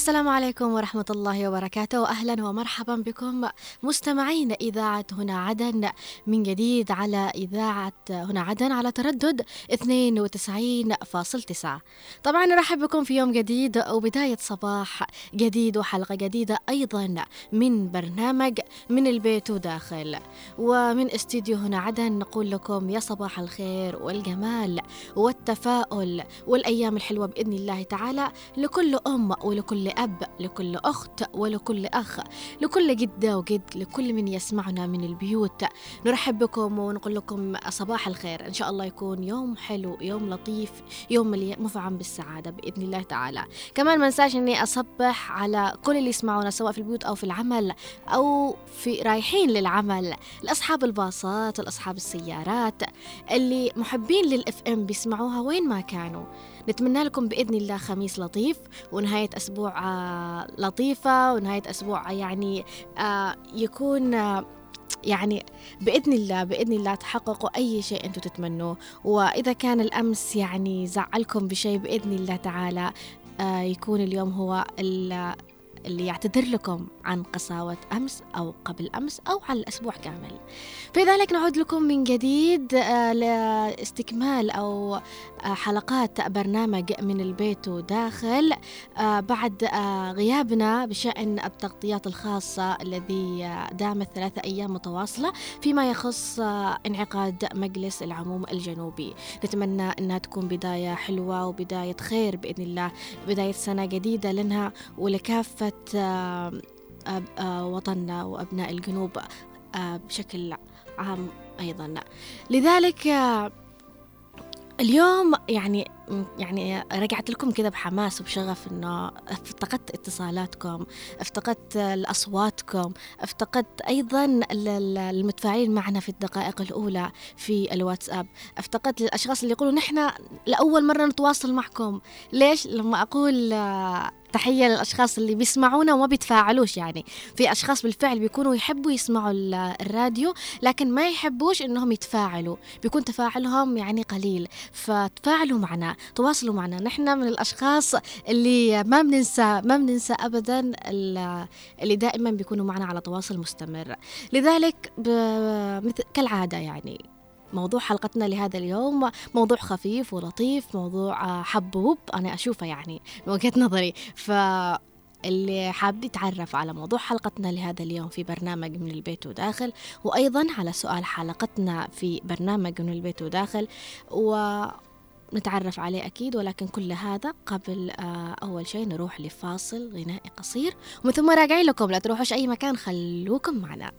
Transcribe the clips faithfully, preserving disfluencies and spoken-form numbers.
السلام عليكم ورحمة الله وبركاته، وأهلا ومرحبا بكم مستمعين إذاعة هنا عدن من جديد على إذاعة هنا عدن على تردد اثنين وتسعين فاصلة تسعة. طبعا نرحب بكم في يوم جديد وبداية صباح جديد وحلقة جديدة أيضا من برنامج من البيت وداخل، ومن استديو هنا عدن نقول لكم يا صباح الخير والجمال والتفاؤل والأيام الحلوة بإذن الله تعالى لكل أم ولكل أب، لكل أخت ولكل أخ، لكل جدة وجد، لكل من يسمعنا من البيوت. نرحب بكم ونقول لكم صباح الخير، إن شاء الله يكون يوم حلو، يوم لطيف، يوم مليان مفعم بالسعادة بإذن الله تعالى. كمان ما انساش أني أصبح على كل اللي يسمعونا سواء في البيوت أو في العمل أو في رايحين للعمل، لأصحاب الباصات والأصحاب السيارات اللي محبين للإف إم بيسمعوها وين ما كانوا. نتمنى لكم بإذن الله خميس لطيف ونهاية أسبوع آه لطيفة، ونهاية أسبوع يعني آه يكون آه يعني بإذن الله بإذن الله تحققوا أي شيء أنتم تتمنوه. وإذا كان الأمس يعني زعلكم بشيء بإذن الله تعالى آه يكون اليوم هو اللي يعتذر لكم عن قساوة أمس أو قبل أمس أو على الأسبوع كامل. في ذلك نعود لكم من جديد لاستكمال أو حلقات برنامج من البيت وداخل بعد غيابنا بشأن التغطيات الخاصة الذي دامت ثلاثة أيام متواصلة فيما يخص انعقاد مجلس العموم الجنوبي. نتمنى أنها تكون بداية حلوة وبداية خير بإذن الله، بداية سنة جديدة لنا ولكافة وطننا وأبناء الجنوب بشكل عام أيضا. لذلك اليوم يعني يعني رجعت لكم كده بحماس وبشغف، إنه افتقدت اتصالاتكم، افتقدت أصواتكم، افتقدت أيضا المتفاعلين معنا في الدقائق الأولى في الواتساب، افتقدت الأشخاص اللي يقولوا نحن لأول مرة نتواصل معكم. ليش؟ لما أقول تحية للأشخاص اللي بيسمعونا وما بيتفاعلوش، يعني في أشخاص بالفعل بيكونوا يحبوا يسمعوا الراديو لكن ما يحبوش إنهم يتفاعلوا، بيكون تفاعلهم يعني قليل، فتفاعلوا معنا، تواصلوا معنا. نحن من الأشخاص اللي ما بننسى ما بننسى أبدا اللي دائما بيكونوا معنا على تواصل مستمر. لذلك مثل كالعادة يعني موضوع حلقتنا لهذا اليوم موضوع خفيف ولطيف، موضوع حبوب أنا أشوفه يعني من وجهة نظري. فاللي حاب يتعرف على موضوع حلقتنا لهذا اليوم في برنامج من البيت وداخل، وأيضا على سؤال حلقتنا في برنامج من البيت وداخل، ونتعرف عليه أكيد. ولكن كل هذا قبل أول شيء نروح لفاصل غنائي قصير، ومن ثم راجعين لكم. لا تروحوش أي مكان، خلوكم معنا.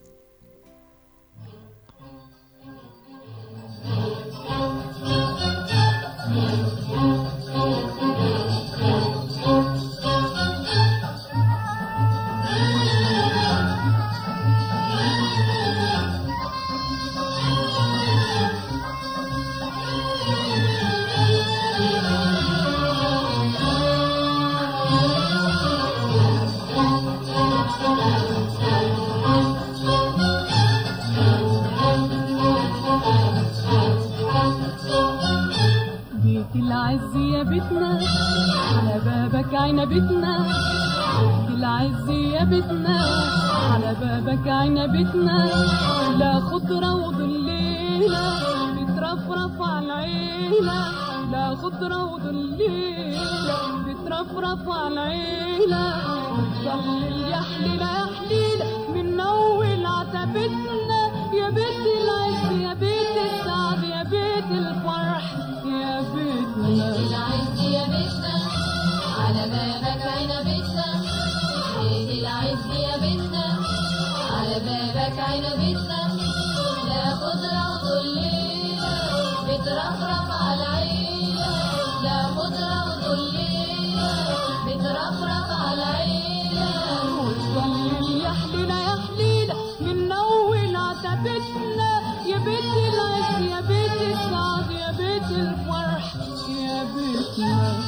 العز يا بيتنا على بابك عنبتنا، العز يا بيتنا على بابك عنبتنا، لا خضرة وظليلة بترفرف على العيلة، لا خضرة وظليلة بترفرف على العيلة، وتضل يا حليلة يا حليلة من أول عتبتنا، يا بيت العز يا بيت السعد يا بيت الفرح يا بيتنا، بيت العز يا بيتنا على بابك عنبتنا، بيت العز يا بيتنا على بابك عنبتنا، لا خضرة وظليلة بترفرف على العيلة، لا خضرة وظليلة بترفرف على العيلة، وتضل يا حليلة يا حليلة من أول عتبتنا، يا بيت العز يا بيت السعد يا بيت الفرح يا بيتنا.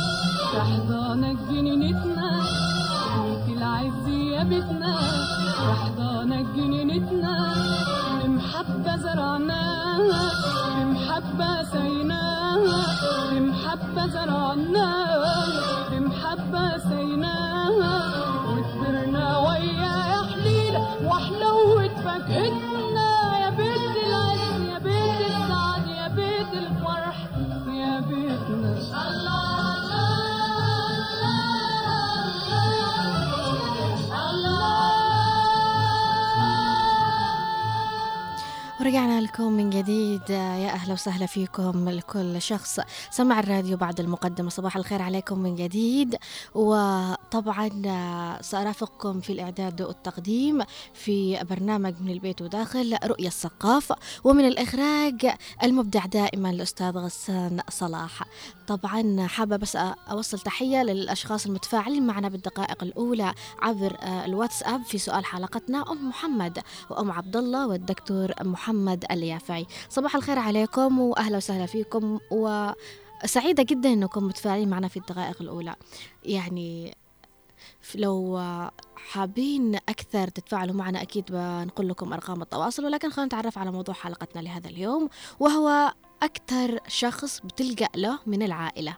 في حضانك جنينتنا بيت العز يا بيتنا، في حضانك جنينتنا بمحبة زرعناها، بمحبة سيناها، بمحبة زرعناها، بمحبة سيناها، وكبرنا ويا يا حليلة وحلوة فاكهتنا، يا بيت العز يا بيت السعد يا بيت الفرح يا بيتنا. الله ورجعنا لكم من جديد. يا أهلا وسهلا فيكم لكل شخص سمع الراديو بعد المقدمة. صباح الخير عليكم من جديد. وطبعا سأرافقكم في الإعداد والتقديم في برنامج من البيت وداخل رؤية الثقاف، ومن الإخراج المبدع دائما الأستاذ غسان صلاح. طبعا حابة بس أوصل تحية للأشخاص المتفاعلين معنا بالدقائق الأولى عبر الواتساب في سؤال حلقتنا، أم محمد وأم عبد الله والدكتور محمد اليافعي. صباح الخير عليكم وأهلا وسهلا فيكم، وسعيدة جدا أنكم متفاعلين معنا في الدقائق الأولى. يعني لو حابين أكثر تتفاعلوا معنا أكيد بنقول لكم أرقام التواصل، ولكن خلينا نتعرف على موضوع حلقتنا لهذا اليوم، وهو أكثر شخص بتلجأ له من العائلة.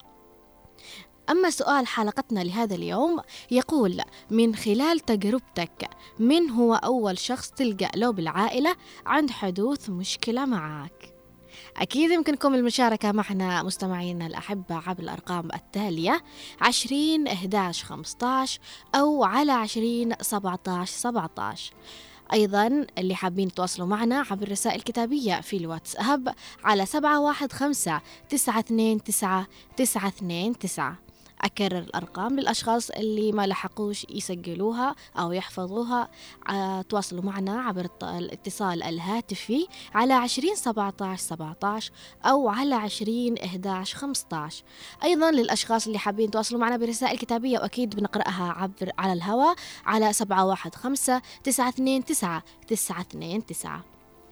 أما سؤال حلقتنا لهذا اليوم يقول: من خلال تجربتك من هو أول شخص تلجأ له بالعائلة عند حدوث مشكلة معك؟ أكيد يمكنكم المشاركة معنا مستمعينا الأحبة عبر الأرقام التالية عشرين إحداش خمستاش أو على عشرين سبعتاش سبعتاش. أيضا اللي حابين يتواصلوا معنا عبر الرسائل الكتابية في الواتساب على سبعة واحد خمسة تسعة اثنين تسعة تسعة اثنين تسعة. أكرر الأرقام للأشخاص اللي ما لحقوش يسجلوها أو يحفظوها. تواصلوا معنا عبر الاتصال الهاتفي على عشرين سبعتاش سبعتاش أو على عشرين إحداش خمستاش. أيضا للأشخاص اللي حابين يتواصلوا معنا برسائل كتابية وأكيد بنقرأها عبر على الهواء على سبعة واحد خمسة تسعة اثنين تسعة تسعة اثنين تسعة.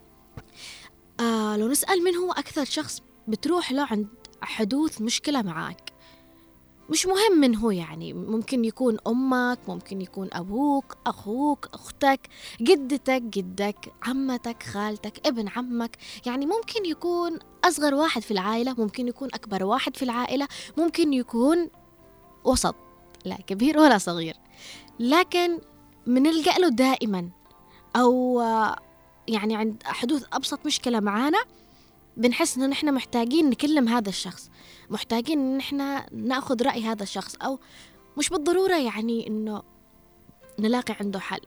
آه لو نسأل من هو أكثر شخص بتروح له عند حدوث مشكلة معاك، مش مهم من هو، يعني ممكن يكون أمك، ممكن يكون أبوك، أخوك، أختك، جدتك، جدك، عمتك، خالتك، ابن عمك، يعني ممكن يكون أصغر واحد في العائلة، ممكن يكون أكبر واحد في العائلة، ممكن يكون وسط، لا كبير ولا صغير، لكن بنلجأ له دائما، أو يعني عند حدوث أبسط مشكلة معانا بنحس إنه نحن محتاجين نكلم هذا الشخص، محتاجين إن نحن نأخذ رأي هذا الشخص، أو مش بالضرورة يعني إنه نلاقي عنده حل.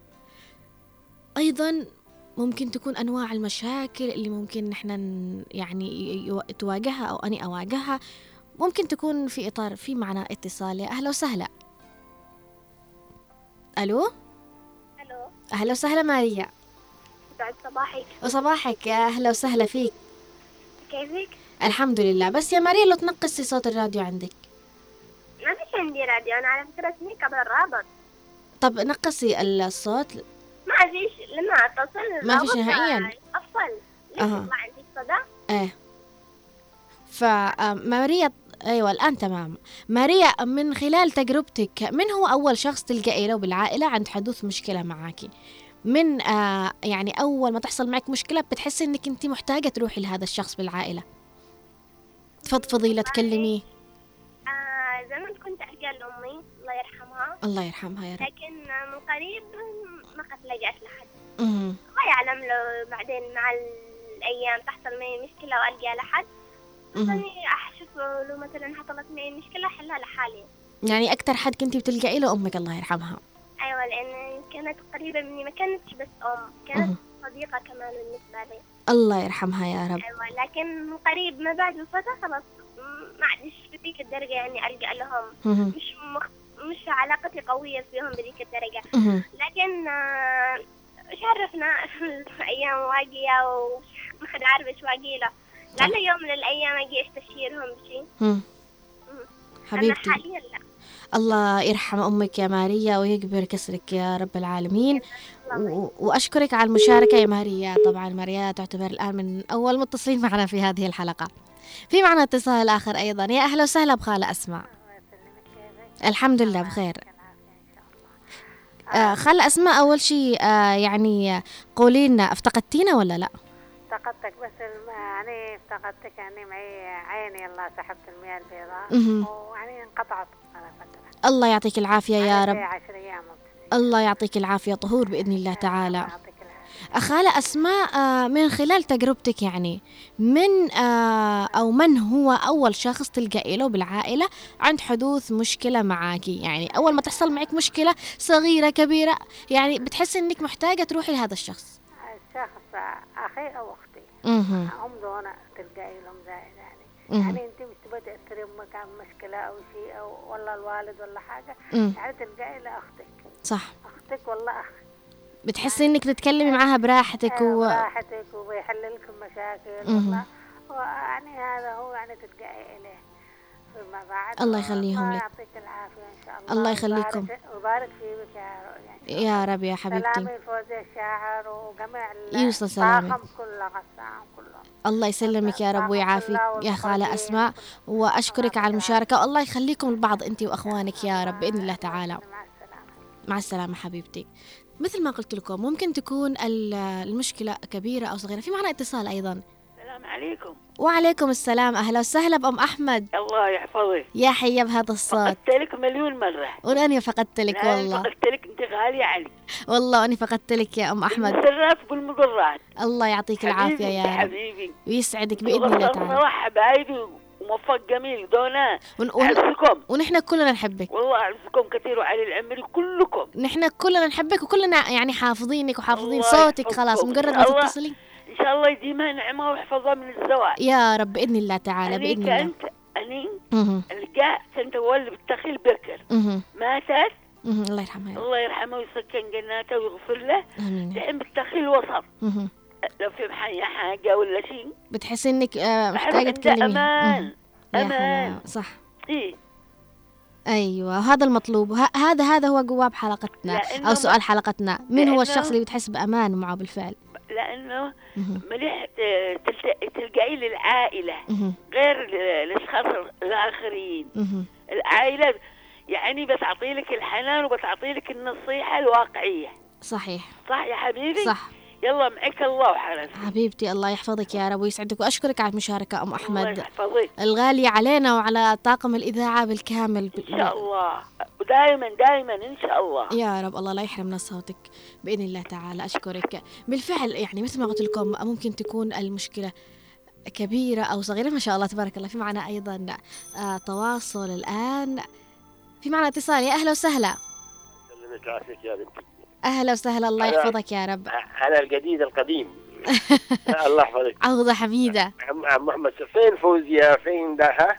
أيضا ممكن تكون أنواع المشاكل اللي ممكن نحن يعني تواجهها أو أني أواجهها، ممكن تكون في إطار في معنا اتصال. أهلا وسهلا. ألو ألو أهلا وسهلا ماريا. بعد صباحك. وصباحك، يا أهلا وسهلا فيك. كيفك؟ الحمد لله. بس يا ماريا لو تنقصي صوت الراديو عندك. ما فيش عندي راديو، أنا على فكرة اسمي قبل الرابط. طب نقصي الصوت. ما فيش، لما أتصل ما فيش نهائيا. أفصل ليش أه. يطلع عندي صدى؟ ايه فماريا ايوه الان تمام. ماريا، من خلال تجربتك من هو اول شخص تلجئي له بالعائله عند حدوث مشكله معاكي؟ من آه يعني اول ما تحصل معك مشكله بتحسي انك انت محتاجه تروحي لهذا الشخص بالعائله، تفضفضي له تكلميه؟ آه زمان كنت ألجأ لأمي الله يرحمها. الله يرحمها يا رب. لكن من قريب ما قد لجأت لحد. امم الله يعلم لو بعدين مع الأيام تحصل معي مشكلة وألجأ لحد، يعني أحشف لو مثلا حصلت معي مشكلة أحلها لحالي. يعني أكتر حد كنتي بتلجئي له أمك الله يرحمها؟ أيوة، لأن كانت قريبة مني، ما كانتش بس أم، كانت مه. صديقة كمان بالنسبة لي. الله يرحمها يا رب. أيوة، لكن من قريب ما بعد وفترة خلاص ما عادش في ذيك الدرجة يعني ألجأ لهم. مه. مش مخ... مش علاقتي قوية فيهم بذيك الدرجة. مه. لكن آه، إيش عرفنا أيام واقية وما حد عارف إيش واقي له، لعل يوم من الأيام أجي أستشيرهم بشيء. مم. حبيبتي، أنا حاليا لا. الله يرحم أمك يا ماريا ويكبر كسرك يا رب العالمين. و... وأشكرك على المشاركة يا ماريا. طبعا ماريا تعتبر الآن من أول متصلين معنا في هذه الحلقة. في معنا اتصال آخر أيضا. يا أهلا وسهلا بخالة أسماء. الحمد لله بخير. إن شاء الله. آه خل أسماء، أول شيء آه يعني قولي لنا افتقدتينا ولا لا؟ افتقدتك بس الم... يعني افتقدتك يعني معي عيني الله سحبت المياه البيضاء مهم. ويعني انقطعت على فترة. الله يعطيك العافية يا يعني رب. زي عشر أيام مبتدئ. الله يعطيك العافية طهور بإذن الله تعالى. يعطيك العافية. خالة أسماء، آه، من خلال تجربتك يعني من آه، أو من هو أول شخص تلجأي له بالعائلة عند حدوث مشكلة معاكي؟ يعني أول ما تحصل معك مشكلة صغيرة كبيرة يعني بتحسي إنك محتاجة تروحي لهذا الشخص. الشخص أخي أو أختي مهم. هم دون تلقائي لهم زايد يعني. مهم. يعني أنت مش تبغى تأثري أمك عن مشكلة أو شيء أو والله الوالد ولا حاجة. مم. يعني تلقائي لأختك. صح، أختك والله أخ. بتحسي إنك تتكلمي معاها براحتك و... براحتك وبيحل لكم مشاكل مهم. والله. ويعني هذا هو يعني تلقائي إليه فيما بعد. الله يخليهم الله لك. يعطيك العافية إن شاء الله. الله يخليكم. ويبارك- ويبارك فيك يا رؤيا. يا رب يا حبيبتي. سلامي فوزي الشاعر وجميع يوصل سلامك. الطاقم كله غسان كلهم. الله يسلمك يا رب ويعافيك يا خالة أسماء، وأشكرك على المشاركة، والله يخليكم البعض أنت وأخوانك يا رب بإذن الله تعالى. مع السلامة. مع السلامة حبيبتي. مثل ما قلت لكم ممكن تكون ال- المشكلة كبيرة أو صغيرة. في معنا اتصال أيضا. السلام عليكم. وعليكم السلام، أهلا وسهلا بأم أحمد. الله يحفظك. يا حيا بهذا الصوت. فقدت لك مليون مرة. وأنا فقدت لك لا، والله. فقدت لك، أنت غالية علي. والله وأنا فقدت لك يا أم أحمد. بالمسرات والمضرات. الله يعطيك العافية حبيبي، يا رب حبيبي. ويسعدك بإذن الله تعالى. صراحة بعيد وموفق جميل دونا. ون- ون- أعزكم ونحن كلنا نحبك. والله، أعزكم كثير وعلي العمر كلكم. نحن كلنا نحبك وكلنا يعني حافظينك وحافظين الله صوتك. يحفظكم. خلاص مجرد ما الله تتصلي. إن شاء الله يديمها نعمة ويحفظها من الزواج. يا رب بإذن الله تعالى أني بإذن الله. كنت أني مهم. القاء كنت أولد بالتخيل بكر مهم. ماتت. مهم. الله يرحمها يا رب. الله يرحمه ويسكن جناته ويغفر له. آمين. الحين بالتخيل وسط. مهم. لو في محي حاجة ولا شيء بتحسي انك آه، بحس محتاجة عنده تكلميها. أمان. مهم. يا أمان. حلا صح. إيه. ايوه هذا المطلوب. ه- هذا هذا هو جواب حلقتنا لأنه او سؤال حلقتنا. من هو لأنه- الشخص اللي بتحس بامان معه بالفعل؟ لأنه مهم. مليح ت- تلت- تلقائي للعائلة مهم. غير ال- الأشخاص الآخرين. مهم. العائلة يعني بتعطي لك الحنان وبتعطي لك النصيحة الواقعية. صحيح صح يا حبيبي؟ صح يلا معك الله وحرس. حبيبتي، الله يحفظك يا رب ويسعدك واشكرك على المشاركة ام الله احمد يحفظك الغالية علينا وعلى طاقم الاذاعة بالكامل. إن شاء الله، ودائما دائما إن شاء الله. يا رب الله لا يحرمنا صوتك بإذن الله تعالى. أشكرك. بالفعل يعني مثل ما قلت لكم ممكن تكون المشكلة كبيرة أو صغيرة. ما شاء الله تبارك الله. في معنا أيضا آه تواصل الآن. في معنا اتصال. يا أهلا وسهلا. سلمت عافيك يا بنتي. أهلا وسهلا، الله أنا- يحفظك يا رب. أنا الجديد القديم. الله يحفظك. عوضة حميدة. عم عم محمد، فين فوزيا؟ فين ده؟ ها؟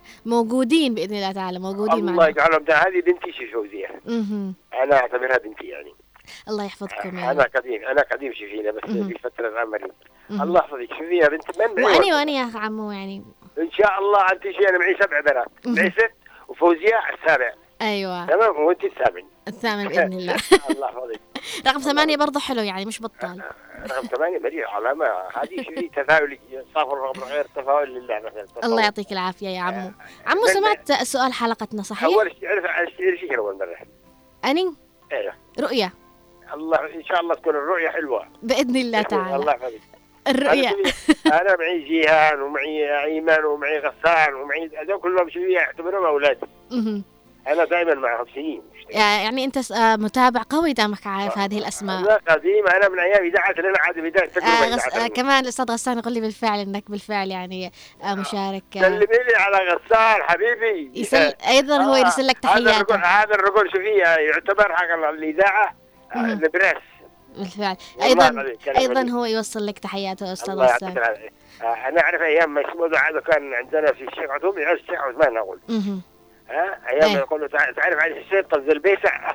موجودين بإذن الله تعالى، موجودين الله معنا. يجعلهم. ده هذه بنتي شي فوزيا. مهم. أنا أعتبرها بنتي يعني. الله يحفظكم يا أنا رب. قديم أنا قديم شفينا بس مهم. في فترة العمل. مهم. الله يحفظك. شوفي يا بنت من وأني وأني يا عمو يعني. إن شاء الله أنت شي. أنا معي سبع بنات. مهم. معي ست وفوزيا السابع. أيوة تمام وأنت الثامن. الثامن بإذن الله. الله يحفظك. رقم ثمانية برضه حلو يعني مش بطال. رقم ثمانية مليء علامة. هذه شوفي تفاؤل. صافر غير تفاؤل لله مثلا. الله يعطيك العافية يا عمو. عمو من- سمعت سؤال حلقتنا صحيح؟ أول شيء عرف عرف شيء أول مرة. أني إيه. رؤية الله إن شاء الله تكون الرؤية حلوة. بإذن الله الله تعالى. يحفظك. الرؤية. أنا, أنا معي جيهان ومعي أيمن ومعي غسان ومعي هذول كلهم شوية أعتبرهم أولادي. مهم. أنا دائما معهم سنين. يعني أنت س- آه، متابع قوي دامك عارف هذه الأسماء. أنا قديم. أنا من أيام إذاعة لنا عاد بداية تجربة آه غس... إذاعة آه لنا. كمان الأستاذ غسان يقول لي بالفعل إنك بالفعل يعني آه مشارك. آه سلمي لي على غسان حبيبي. يسل... أيضا هو آه، يرسل لك هذا الرجل تحياته. هذا الرجل شوفي يعتبر حق الإذاعة آه، مهم. البريس. بالفعل والله أيضا العظيم كلام أيضا غريب. هو يوصل لك تحياته أستاذ الله يعطيك غسان. العافية. آه، أنا أعرف أيام ما اسمه هذا كان عندنا في الشيخ عثمان يعرف الشيخ عثمان أقول. مهم. ها ايام أي. يقولوا تع- تعرف علي الحسين طز البيسع.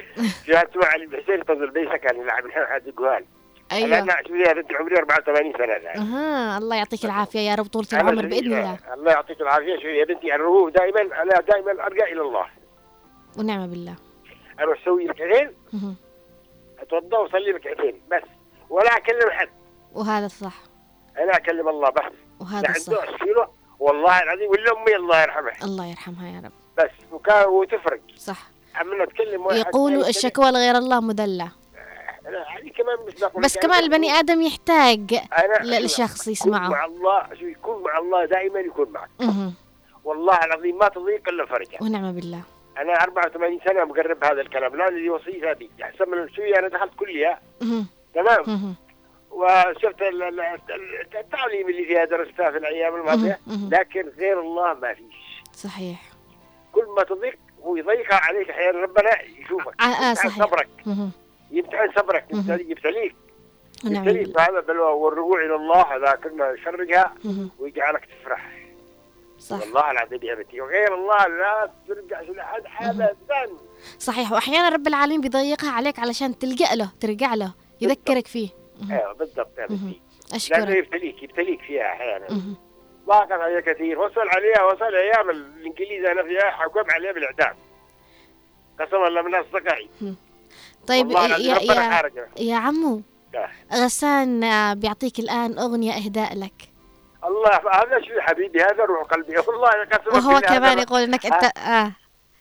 جات مع الحسين طز البيسع كان يلعب الحين حد الجوال. أيوة. انا شوفي بنت عمري أربعة وثمانين سنه الان. أها الله يعطيك العافية يا رب طولة أنا العمر شوفي- بإذن الله. الله يعطيك العافيه. شوفي يا بنتي الرغوف دائما انا دائما ارجع الى الله. ونعم بالله. اروح اسوي ركعتين مهم. اتوضا واصلي ركعتين بس ولا اكلم حد. وهذا الصح انا اكلم الله بس. وهذا لا الصح. عنده اشيله والله العظيم ولا امي الله يرحمها الله يرحمها يا رب. بس. بكاء وتفرق. صح. عمنا نتكلم واحد يقولوا الشكوى لغير الله مذلة. يعني كمان مش بس كمان البني آدم يحتاج أنا- للشخص يكون يسمعه. مع الله، شو يكون مع الله دائما يكون معك. مهم. والله العظيم ما تضيق الا فرجه. ونعم بالله. انا أربعة وثمانين سنه مقرب هذا الكلام، لا اللي وصيتها بي احسن من شويه. انا دخلت كليه مهم. تمام، مهم. وشفت ال- ال- ال- التعليم اللي فيها درستها في الايام الماضيه، مهم. لكن غير الله ما فيش. صحيح. كل ما تضيق هو يضيقها عليك احيانا ربنا يشوفك، آه، آه، يمتحن صحيح. صبرك، مهم. يمتحن صبرك، مهم. يبتلي- يبتليك ونعم يبتليك بالله. هذا بلوى. والرجوع الى الله هذا كنا نشرقها مهم. ويجعلك تفرح. صح. والله العظيم يا بنتي، وغير الله لا ترجع لأحد ابدا. صحيح. وأحيانا رب العالمين بيضيقها عليك علشان تلجأ له، ترجع له، يذكرك فيه. مهم. ايوه بالضبط يا مهم. بنتي، لانه أشكرك. يبتليك يبتليك فيها احيانا. مهم. ضاقت عليها كثير، وصل عليها وصل ايام الانجليز انا فيها حكم عليها بالاعدام قسما بالله من اصدقائي. طيب والله العظيم يا ربنا يا حارجه. يا عمو، لا. غسان آه، بيعطيك الآن أغنية إهداء لك، الله هذا شو حبيبي، هذا روح قلبي والله قسما وهو بالله كمان هذا- يقول إنك أنت آه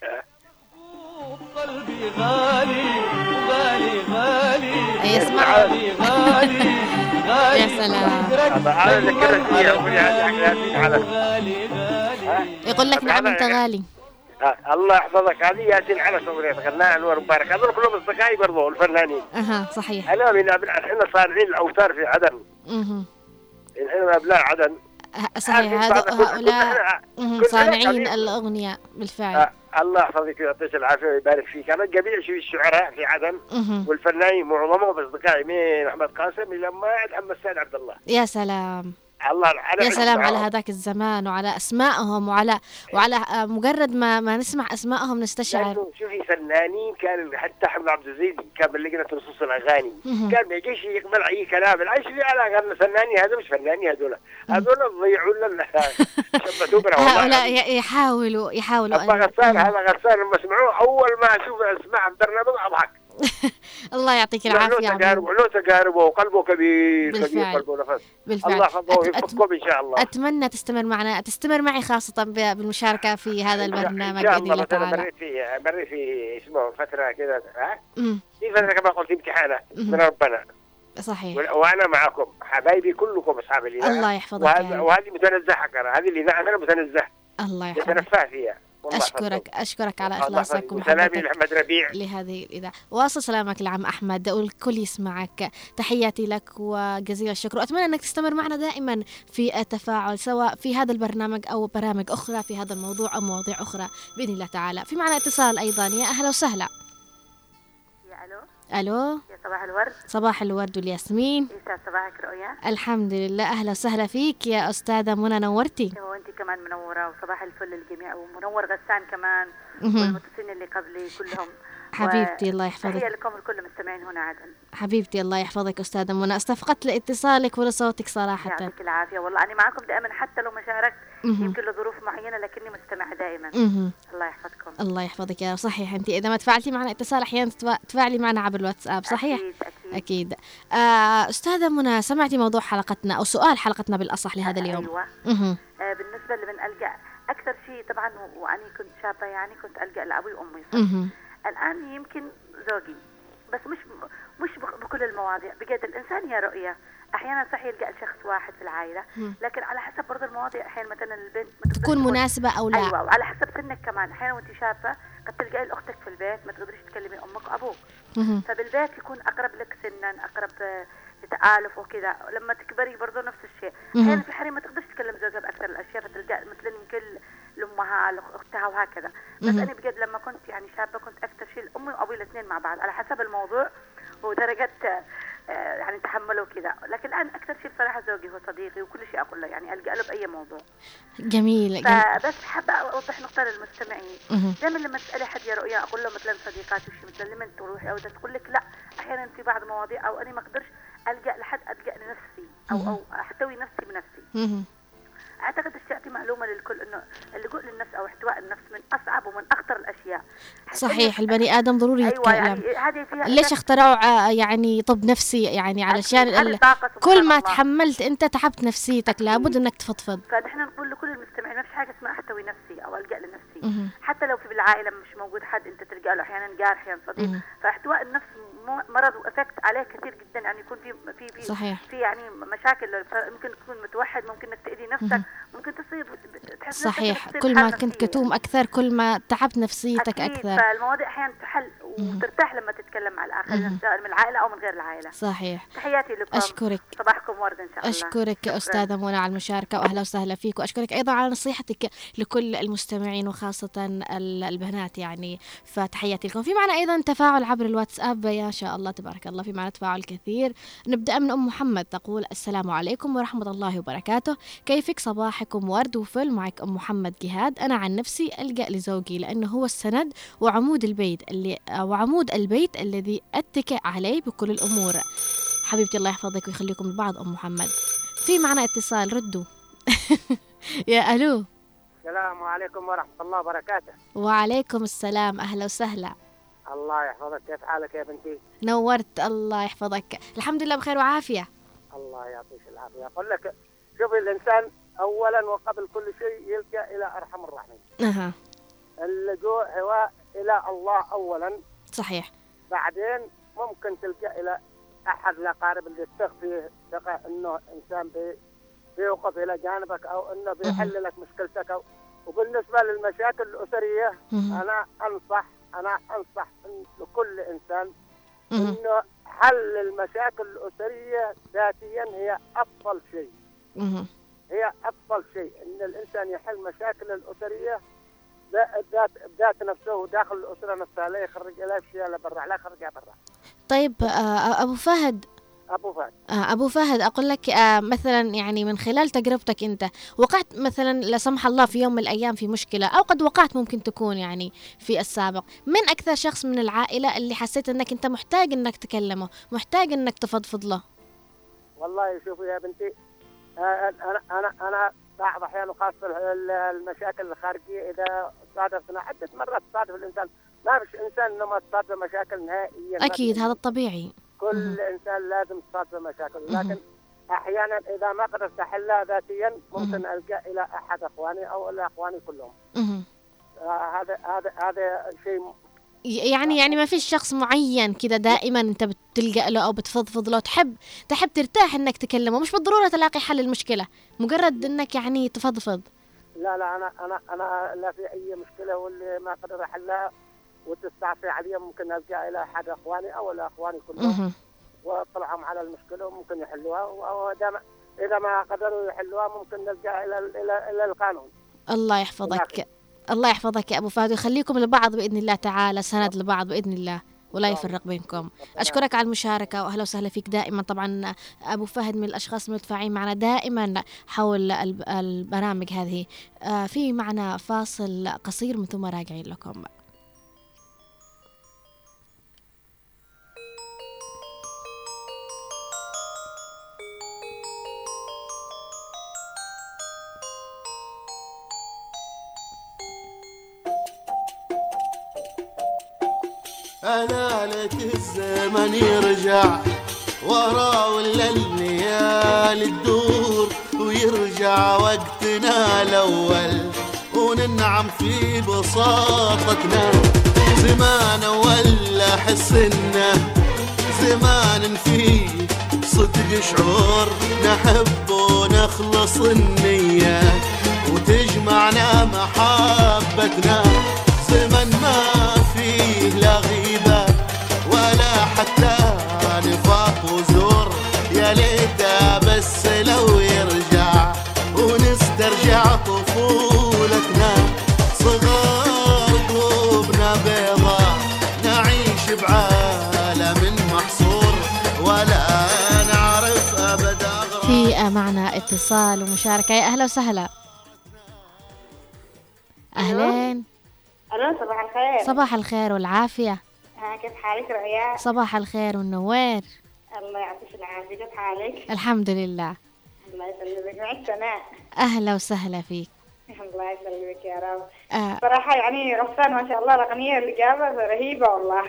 قلبي غالي وغالي غالي يسمع. غالي غالي غالي يا سلام. هذا هذا ذكرت فيها الاغنيه هذه على غالي غالي يقول لك نعم هذا أنت يعني- غالي. آه، الله يحفظك. هذه ياسين على اغنيه غناها انور مبارك، هذول كلهم اصدقائي برضو الفنانين. أها صحيح. انا من أبناء- احنا صانعين الاوتار في عدن، مهم. احنا ابناء عدن. ه- صحيح. عارفين هذو بعض- كل- هؤلاء كل- مهم. كل- صانعين كل- الأغنية بالفعل. آه، الله يحفظك ويعطيك العافيه ويبارك فيك. انا جميع شو الشعراء في عدن مهم. والفنانين معظمهم اصدقائي، من احمد قاسم الى ما محمد سعد عبد الله. يا سلام. الله أنا يا سلام على معهم. هذاك الزمان وعلى أسمائهم وعلى وعلى آه، مجرد ما ما نسمع أسمائهم نستشعر. لأنه شوفي فنانين كان حتى حمد عبد الزيدي كان من لجنة نصوص الأغاني، مهم. كان ما يجيش يقبل أي كلام. العيش في على غير فنانين، هذا مش فنانين، هذول هذول ضيعوا لنا شبتوا بنا والله. هؤلاء ي- يحاولوا يحاولوا أبا أن- غسان، مم. هذا غسان لما سمعوه أول ما أشوف أسمع البرنامج أضحك. الله يعطيك له العافية يا تجارب، عمو. له تجارب وقلبه كبير كبير، بالفعل. قلبه نفس. بالفعل. الله يحفظه أت- ويحفظكم إن شاء الله. أتمنى تستمر معنا، تستمر معي خاصة ب- بالمشاركة في هذا البرنامج إن شاء بإذن الله. الله بس أنا تعالى. مريت في مريت في اسمه فترة كذا، ها مم. في فترة كما قلت امتحانات مهم. من ربنا، صحيح. وانا معكم حبايبي كلكم اصحاب اللي الله يحفظك يا وهذا رب. وهذه متنزه حقنا، هذه اللي نعم انا متنزه الله يحفظك. يتنفع فيها. والله أشكرك يحفظكم. أشكرك على الله إخلاصك يحفظك. وسلامي ومحبتك لأحمد ربيع. لهذه الإذاعة. واصل سلامك لعم أحمد والكل يسمعك. تحياتي لك وجزيل الشكر، وأتمنى أنك تستمر معنا دائما في التفاعل سواء في هذا البرنامج أو برامج أخرى في هذا الموضوع أو مواضيع أخرى بإذن الله تعالى. في معنا اتصال أيضا، يا أهلا وسهلا. يا الو، ألو، يا صباح الورد، صباح الورد والياسمين. يسعد صباحك رؤيا. الحمد لله. أهلا وسهلا فيك يا أستاذة منى، نورتي. وانت كمان منوره، وصباح الفل للجميع، ومنور غسان كمان مهم. والمتصلين اللي قبلي كلهم. حبيبتي الله تحية يحفظك. لكم الكل مستمعين هنا عدن. حبيبتي الله يحفظك أستاذة منى، استفقدت لاتصالك ولصوتك صراحة. يعطيك العافيه، والله انا معكم دائما حتى لو ما شاركت مهم. يمكن لظروف معينه لكني مستمعه دائما. مهم. الله يحفظكم. الله يحفظك يا رب. صحيح، أنت إذا ما تفاعلتي معنا اتصال أحيانا تتفا- تفاعلي معنا عبر الواتساب، صحيح؟ اكيد اكيد, أكيد. آه أستاذة منى، سمعتي موضوع حلقتنا أو سؤال حلقتنا بالأصح لهذا اليوم؟ ايوه. مهم. آه بالنسبه لمن الجا اكثر شيء طبعا، و- واني كنت شابه يعني كنت الجا لابوي وامي. مهم. الان يمكن زوجي، بس مش مش بك- بكل المواضيع. بجد الانسان يا رؤيا احيانا صح يلقى شخص واحد في العائله، مم. لكن على حسب برضه المواضيع. احيانا مثلا البنت ما تقدرش تكون تقول- مناسبة أو لا. ايوه، وعلى حسب سنك كمان. احيانا وانت شابه قد تلقاي اختك في البيت ما تقدريش تكلمي امك وابوك، مهم. فبالبيت يكون اقرب لك سنا، اقرب آه، لتآلف وكذا. لما تكبري برضه نفس الشيء. مهم. احيانا في حريم ما تقدرش تكلم زوجها باكثر الاشياء، فتلقى مثلا يمكن لامها لاختها وهكذا. بس مهم. انا بجد لما كنت يعني شابه كنت اكثر شيء لامي وابوي الاثنين مع بعض على حسب الموضوع ودرجه آه، يعني تحمله وكذا. لكن الان اكثر شيء بصراحه زوجي هو صديقي، وكل شيء اقول له يعني القى له باي موضوع. جميل. جميل. فبس حابه اوضح نقطه للمستمعين. مهم. دائما لما تسالي حد يا رؤيا اقول له مثلا صديقاتي وشي مثلا لمن تروحي او ده تقول لك لا، احيانا في بعض مواضيع او انا ما اقدرش الجا لحد، الجا لنفسي او او احتوي نفسي بنفسي. مهم. اعتقد الشيء معلومه للكل انه اللجوء للنفس او احتواء النفس من اصعب ومن اخطر الاشياء. صحيح، البني آدم ضروري ايوه يتكلم. يعني هذه فيها ليش اخترعوا آه، يعني طب نفسي؟ يعني علشان هذه ال- طاقة سبحان كل ما الله. تحملت أنت تعبت نفسيتك، لابد أنك تفضفض. فنحن نقول لكل المستمعين ما فيش حاجه اسمها احتوي نفسي او الجا لنفسي. شيء. مهم. حتى لو في بالعائله مش موجود حد انت تلقى له احيانا جار احيانا صديق، مم. فاحتواء النفس مو- مرض وافكت عليه كثير جدا، يعني يكون في في في صحيح. في يعني مشاكل، ممكن تكون متوحد، ممكن انك تاذي نفسك، مهم. ممكن تصيب تحس صحيح، نفسك تصيب كل ما حالة كنت نفسية. كتوم أكثر كل ما تعبت نفسيتك أكيد، أكثر. فالمواضيع احيانا تحل وترتاح لما تتكلم مع الاخرين مهم. سواء من العائله او من غير العائله. صحيح. تحياتي لكم، أشكرك. صباحكم ورد ان شاء الله. أشكرك شكراً. أستاذة منى على المشاركة وأهلا وسهلا فيك، وأشكرك أيضا على نصيحتك لكل المستمعين وخاصة ال- البنات يعني، فتحياتي لكم. في معنا أيضا تفاعل عبر الواتساب، يا شاء الله تبارك الله في معنا تفاعل كثير. نبدأ من أم محمد تقول السلام عليكم ورحمة الله وبركاته، كيفك؟ صباحكم ورد وفل. معك أم محمد جهاد. أنا عن نفسي ألجأ لزوجي لأنه هو السند وعمود البيت اللي وعمود البيت الذي أتكئ عليه بكل الأمور. حبيبتي الله يحفظك ويخليكم لبعض أم محمد. في معنا اتصال، ردوا. يا ألو. السلام عليكم ورحمة الله وبركاته. وعليكم السلام، أهلا وسهلا. الله يحفظك، كيف حالك يا بنتي؟ نورت، الله يحفظك. الحمد لله بخير وعافية. الله يعطيك العافية. أقول لك شوف، الإنسان أولا وقبل كل شيء يلجأ إلى أرحم الراحمين. أها. اللجوء هو إلى الله أولا، صحيح. بعدين ممكن تلجأ إلى أحد الأقارب اللي تثق فيه ثقة إنه إنسان بي بيوقف إلى جانبك أو إنه بيحل لك مشكلتك. أو وبالنسبة للمشاكل الأسرية مهم. أنا أنصح أنا أنصح إن لكل إنسان مهم. إنه حل المشاكل الأسرية ذاتيا هي أفضل شيء. مهم. هي أفضل شيء إن الإنسان يحل مشاكل الأسرية ذات ذات ذات نفسه وداخل الأسرة نفسها، لا يخرج لا أشياء لبرا، لا يخرجها برا. طيب آه، أبو فهد، أبو فهد، آه، أبو فهد أقول لك آه، مثلا يعني من خلال تجربتك أنت وقعت مثلا لا سمح الله في يوم من الأيام في مشكلة، أو قد وقعت ممكن تكون يعني في السابق، من أكثر شخص من العائلة اللي حسيت أنك أنت محتاج أنك تكلمه، محتاج أنك تفضفض له؟ والله شوفي يا بنتي، آه، أنا أنا أنا بعض أحيان وخاصة ال- المشاكل الخارجية إذا صادفتنا عدة مرات تصادف الإنسان، ما فيش إنسان إنه ما تصادف مشاكل نهائيا. ما أكيد في- هذا الطبيعي. كل مهم. إنسان لازم تصادف مشاكل، مهم. لكن أحيانا إذا ما قدرت أحلها ذاتيا ممكن مهم. ألجأ إلى أحد أخواني أو إلى أخواني كلهم. مهم. آه، هذا هذا هذا شيء. يعني يعني ما فيش شخص معين كذا دائما انت بتلجأ له او بتفضفض له، تحب تحب ترتاح انك تكلمه، مش بالضروره تلاقي حل المشكله، مجرد انك يعني تفضفض. لا لا أنا أنا أنا لا في أي مشكلة واللي ما قدر أحلها وتستعصي علي ممكن ألجأ إلى أحد أخواني أو إلى أخواني كلهم مهم. واطلعهم على المشكلة وممكن يحلوها، وإذا ما إذا ما قدروا يحلوها ممكن نلجأ إلى إلى إلى القانون. الله يحفظك، الله يحفظك يا ابو فهد ويخليكم لبعض باذن الله تعالى، سند لبعض باذن الله ولا يفرق بينكم. أشكرك على المشاركة وأهلا وسهلا فيك دائما. طبعا أبو فهد من الأشخاص المتفاعلين معنا دائما حول الب- البرامج هذه. آه، في معنا فاصل قصير من ثم راجعين لكم. أنا لك الزمن يرجع ورا ولا الليالي تدور ويرجع وقتنا الأول وننعم في بساطتنا، زمان ولا حسنا زمان فيه صدق شعور نحب ونخلص النية وتجمعنا محبتنا، زمن ما فيه لا غيبة ولا حتى نفاق وزور، يا ليته بس لو يرجع ونسترجع طفولتنا، صغار قلوبنا بيضا نعيش بعالم محصور ولا نعرف أبدا أغراض. في معنا اتصال ومشاركة، يا أهلا وسهلا. أهلين. ألو، صباح الخير. صباح الخير والعافية. ها، كيف حالك رؤيا؟ صباح الخير والنوير. الله يعطيك العافية، كيف حالك؟ الحمد لله. الله يسلمك. معك سناء. أهلا وسهلا فيك. الله يسلمك يا رب. آه. صراحة يعني غسان ما شاء الله الأغنية اللي جابها رهيبة والله.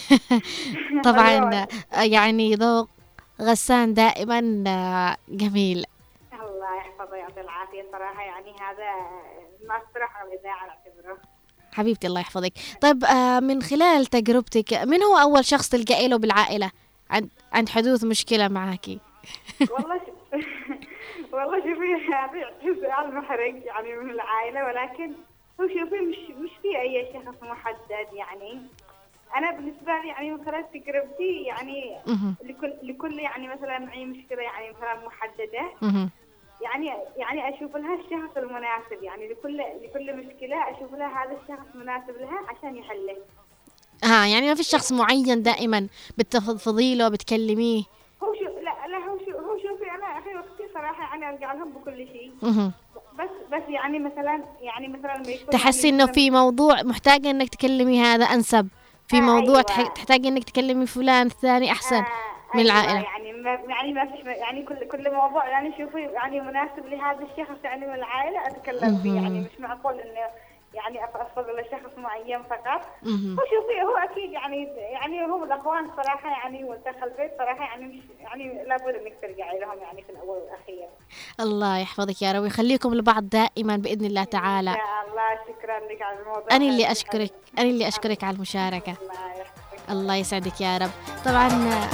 طبعا يعني ذوق غسان دائما آه، جميل. الله يحفظه ويعطيه العافية. صراحة يعني هذا ما استراحة الإذاعة أعتبره. حبيبتي الله يحفظك. طيب آه من خلال تجربتك، من هو أول شخص تلقائي له بالعائلة عند عند حدوث مشكلة معاكي؟ والله ش... والله شوفي هذا سؤال محرج يعني من العائلة، ولكن هو شوفي مش مش في أي شخص محدد يعني. أنا بالنسبة لي يعني من خلال تجربتي يعني مهم. لكل لكل يعني مثلا معي مشكلة يعني مثلا محددة، مهم. يعني يعني أشوف لها الشخص المناسب، يعني لكل لكل مشكلة أشوف لها هذا الشخص مناسب لها عشان يحله. ها يعني ما في شخص معين دائما بتفضفضي له بتكلميه؟ هو شو لا لا هو شو هو شوفي أنا أخي وقتي صراحة يعني أرجع لهم بكل شيء. مهم. بس بس يعني مثلا يعني مثلا ما يكون تحسي يعني انه مثلاً- في موضوع محتاجة انك تكلمي هذا انسب، في آه موضوع أيوة. تح- تحتاجي انك تكلمي فلان الثاني احسن آه من أيوة العائلة. يعني ما يعني ما فيش يعني كل كل موضوع يعني شوفي يعني مناسب لهذا الشخص يعني من العائلة أتكلم فيه، يعني مهم. مش معقول إنه يعني أفضل لشخص معين فقط. مهم. هو شوفي هو أكيد يعني يعني هم الأخوان صراحة يعني والدخل البيت صراحة يعني مش يعني لابد إنك ترجعي لهم يعني في الأول والأخير. الله يحفظك يا رب ويخليكم لبعض دائما بإذن الله تعالى. إن شاء الله. شكرا لك على الموضوع. أنا اللي هذا. أشكرك أنا اللي أشكرك على المشاركة. الله يحفظك. الله يسعدك يا رب. طبعا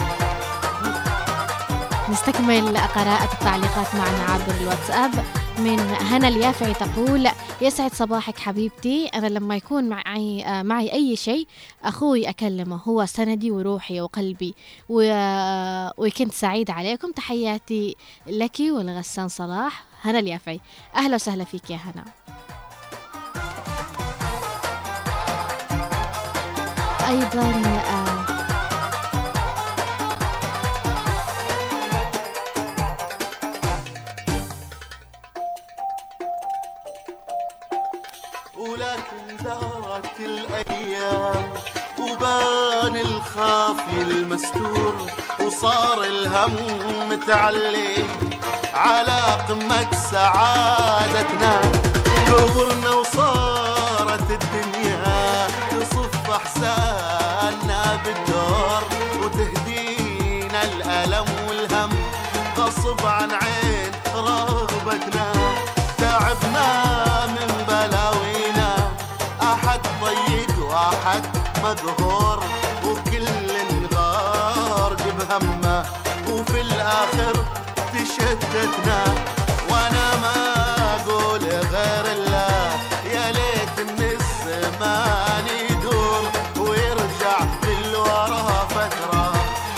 نستكمل قراءة التعليقات معنا عبر الواتساب. من هنا اليافعي تقول: يسعد صباحك حبيبتي، أنا لما يكون معي آه، معي أي شيء أخوي أكلمه، هو سندي وروحي وقلبي و... وكنت سعيد عليكم. تحياتي لك ولغسان صلاح. هنا اليافعي، أهلا وسهلا فيك يا هنا. أيضا آه ولكن دارت الأيام وبان الخافي المستور، وصار الهم متعلي على قمة سعادتنا. كبرنا وصارت الدنيا تصف أحزاننا بالدور، وتهدينا الألم والهم غصب عن عين رغبتنا. تعبنا من بلاوينا، أحد ضيق وأحد مقهور، وكل غارق بهمه، وفي الآخر تشتتنا. وأنا ما أقول غير الله، يا ليت إن الزمان يدور ويرجع للورا فترة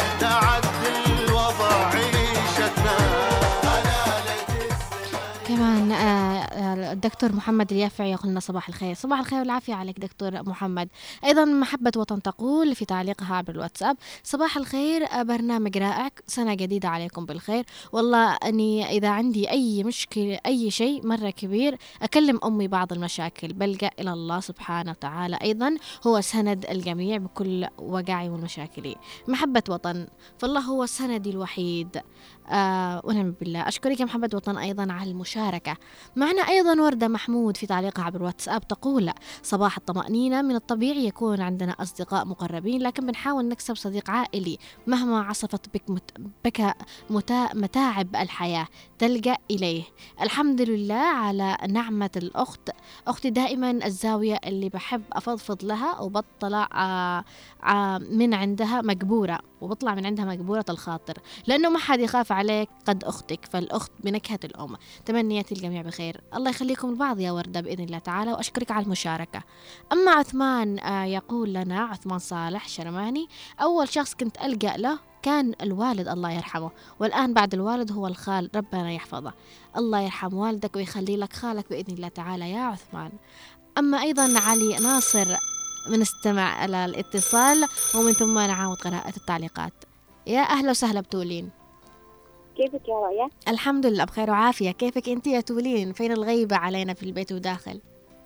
نعدل الوضع عيشتنا. أنا ليت كمان آه، الدكتور محمد اليافعي يقول لنا صباح الخير. صباح الخير والعافية عليك دكتور محمد. أيضا محبة وطن تقول في تعليقها عبر الواتساب: صباح الخير، آه، برنامج رائع، سنة جديدة عليكم بالخير. والله أني إذا عندي أي مشكلة أي شيء مرة كبير أكلم أمي بعض المشاكل، بلجأ إلى الله سبحانه وتعالى، أيضا هو سند الجميع بكل وجعي والمشاكل. محبة وطن، فالله هو سندي الوحيد. آه ونعم بالله. أشكرك يا محبة وطن أيضا على المشاركة. معنا أيضا وردة محمود في تعليقها عبر الواتساب تقول: صباح الطمأنينة، من الطبيعي يكون عندنا أصدقاء مقربين، لكن بنحاول نكسب صديق عائلي مهما عصفت بك مت... بك متا... متاعب الحياة تلجأ إليه. الحمد لله على نعمة الأخت، أختي دائما الزاوية اللي بحب أفضفض لها، وبطلع آه آه من عندها مقبورة وبطلع من عندها مقبورة الخاطر، لأنه ما حد يخاف عليك قد أختك، فالأخت بنكهة الأم. تمنياتي الجميع بخير. الله يخليكم البعض يا وردة بإذن الله تعالى، وأشكرك على المشاركة. أما عثمان آه يقول لنا عثمان صالح شرماني: أول شخص كنت ألجأ له كان الوالد الله يرحمه، والآن بعد الوالد هو الخال، ربنا يحفظه. الله يرحم والدك ويخلي لك خالك بإذن الله تعالى يا عثمان. أما أيضا علي ناصر بنستمع على الاتصال ومن ثم نعاود قراءة التعليقات. يا أهلا وسهلا بتولين. كيفك يا رؤيا؟ الحمد لله بخير وعافية. كيفك أنت يا تولين؟ فين الغيبة علينا في البيت وداخل؟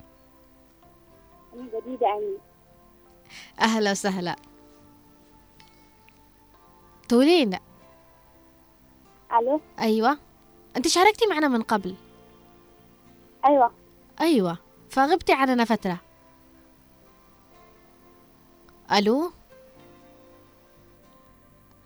أنا جديدة أمي. أهلا وسهلا تولين. ألو. أيوة، أنت شاركتي معنا من قبل. أيوة. أيوة، فغبتي عننا فترة. ألو،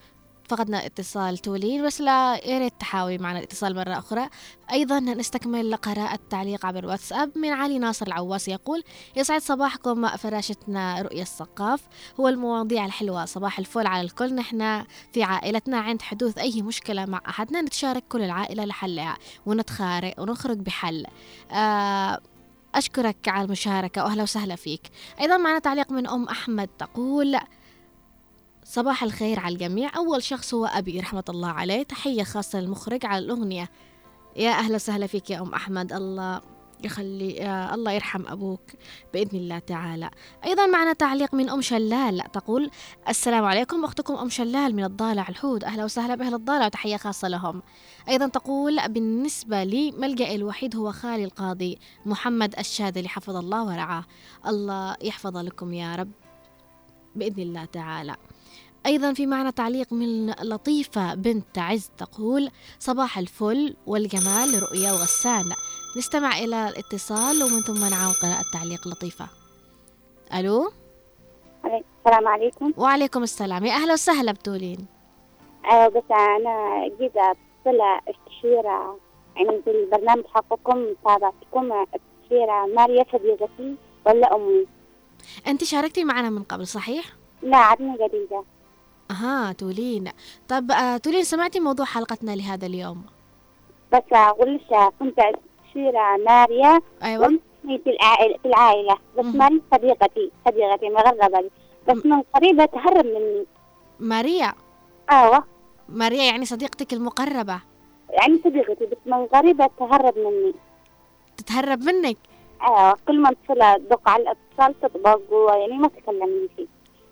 فقدنا اتصال تولين، بس لا يا ريت تحاولي معنا الاتصال مرة أخرى. أيضا نستكمل قراءة تعليق عبر الواتساب من علي ناصر العواس، يقول: يسعد صباحكم فراشتنا رؤية الثقاف، هو المواضيع الحلوة، صباح الفل على الكل. نحن في عائلتنا عند حدوث أي مشكلة مع أحدنا نتشارك كل العائلة لحلها ونتخارق ونخرج بحل. آه أشكرك على المشاركة وأهلا وسهلا فيك. أيضا معنا تعليق من أم أحمد تقول: صباح الخير على الجميع، أول شخص هو أبي رحمة الله عليه، تحية خاصة للمخرج على الأغنية. يا أهلا وسهلا فيك يا أم أحمد، الله يخلي يا الله يرحم أبوك بإذن الله تعالى. أيضا معنا تعليق من أم شلال تقول: السلام عليكم، أختكم أم شلال من الضالع الحود، أهلا وسهلا بأهل الضالع وتحية خاصة لهم. أيضا تقول: بالنسبة لي ملجأ الوحيد هو خالي القاضي محمد الشاذلي حفظ الله ورعاه، الله يحفظ لكم يا رب بإذن الله تعالى. أيضا في معنى تعليق من لطيفة بنت عز تقول: صباح الفل والجمال رؤيا وغسان. نستمع إلى الاتصال ومن ثم نعاود قراءة تعليق لطيفة. ألو، السلام عليكم. وعليكم السلام، يا أهلا وسهلا بتولين. أيوة، بس أنا جيت أتصل استشيرة يعني في البرنامج حقكم، تابعتكم استشيرة ماريا صديقتي ولا أمي؟ أنت شاركتي معنا من قبل صحيح؟ لا، عدني جديدة. أها تولين. طب آه تولين، سمعتي موضوع حلقتنا لهذا اليوم؟ بس أقول لك كنت استشيرة ماريا. أيوة. في العائلة في العائلة بس ماريا صديقتي صديقتي مغربة لي، بس من قريبة تهرب مني. ماريا؟ أيوة. ماريا يعني صديقتك المقربة؟ يعني صديقتي بس من قريبة تهرب مني. تتهرب منك؟ أيوة، كل ما اتصل دق على الاتصال تطبق يعني ما تكلمني فيه.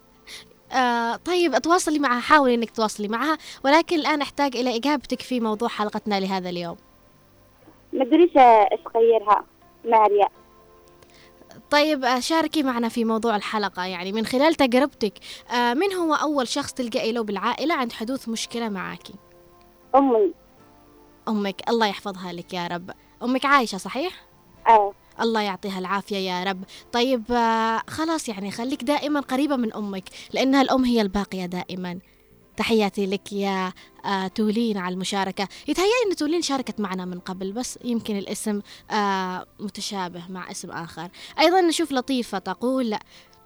آه طيب تواصلي معها، حاولي انك تواصلي معها، ولكن الآن احتاج الى اجابتك في موضوع حلقتنا لهذا اليوم. ما ادريش ايش غيرها ماريا. طيب آه شاركي معنا في موضوع الحلقة، يعني من خلال تجربتك آه من هو أول شخص تلجئي له بالعائلة عند حدوث مشكلة معاكي؟ أمي. أمك، الله يحفظها لك يا رب. أمك عايشة صحيح؟ أه. الله يعطيها العافية يا رب. طيب آه خلاص يعني خليك دائما قريبة من أمك، لأنها الأم هي الباقية دائما. تحياتي لك يا آه تولين على المشاركة. يتهيأ أن تولين شاركت معنا من قبل، بس يمكن الاسم آه متشابه مع اسم آخر. أيضا نشوف لطيفة تقول: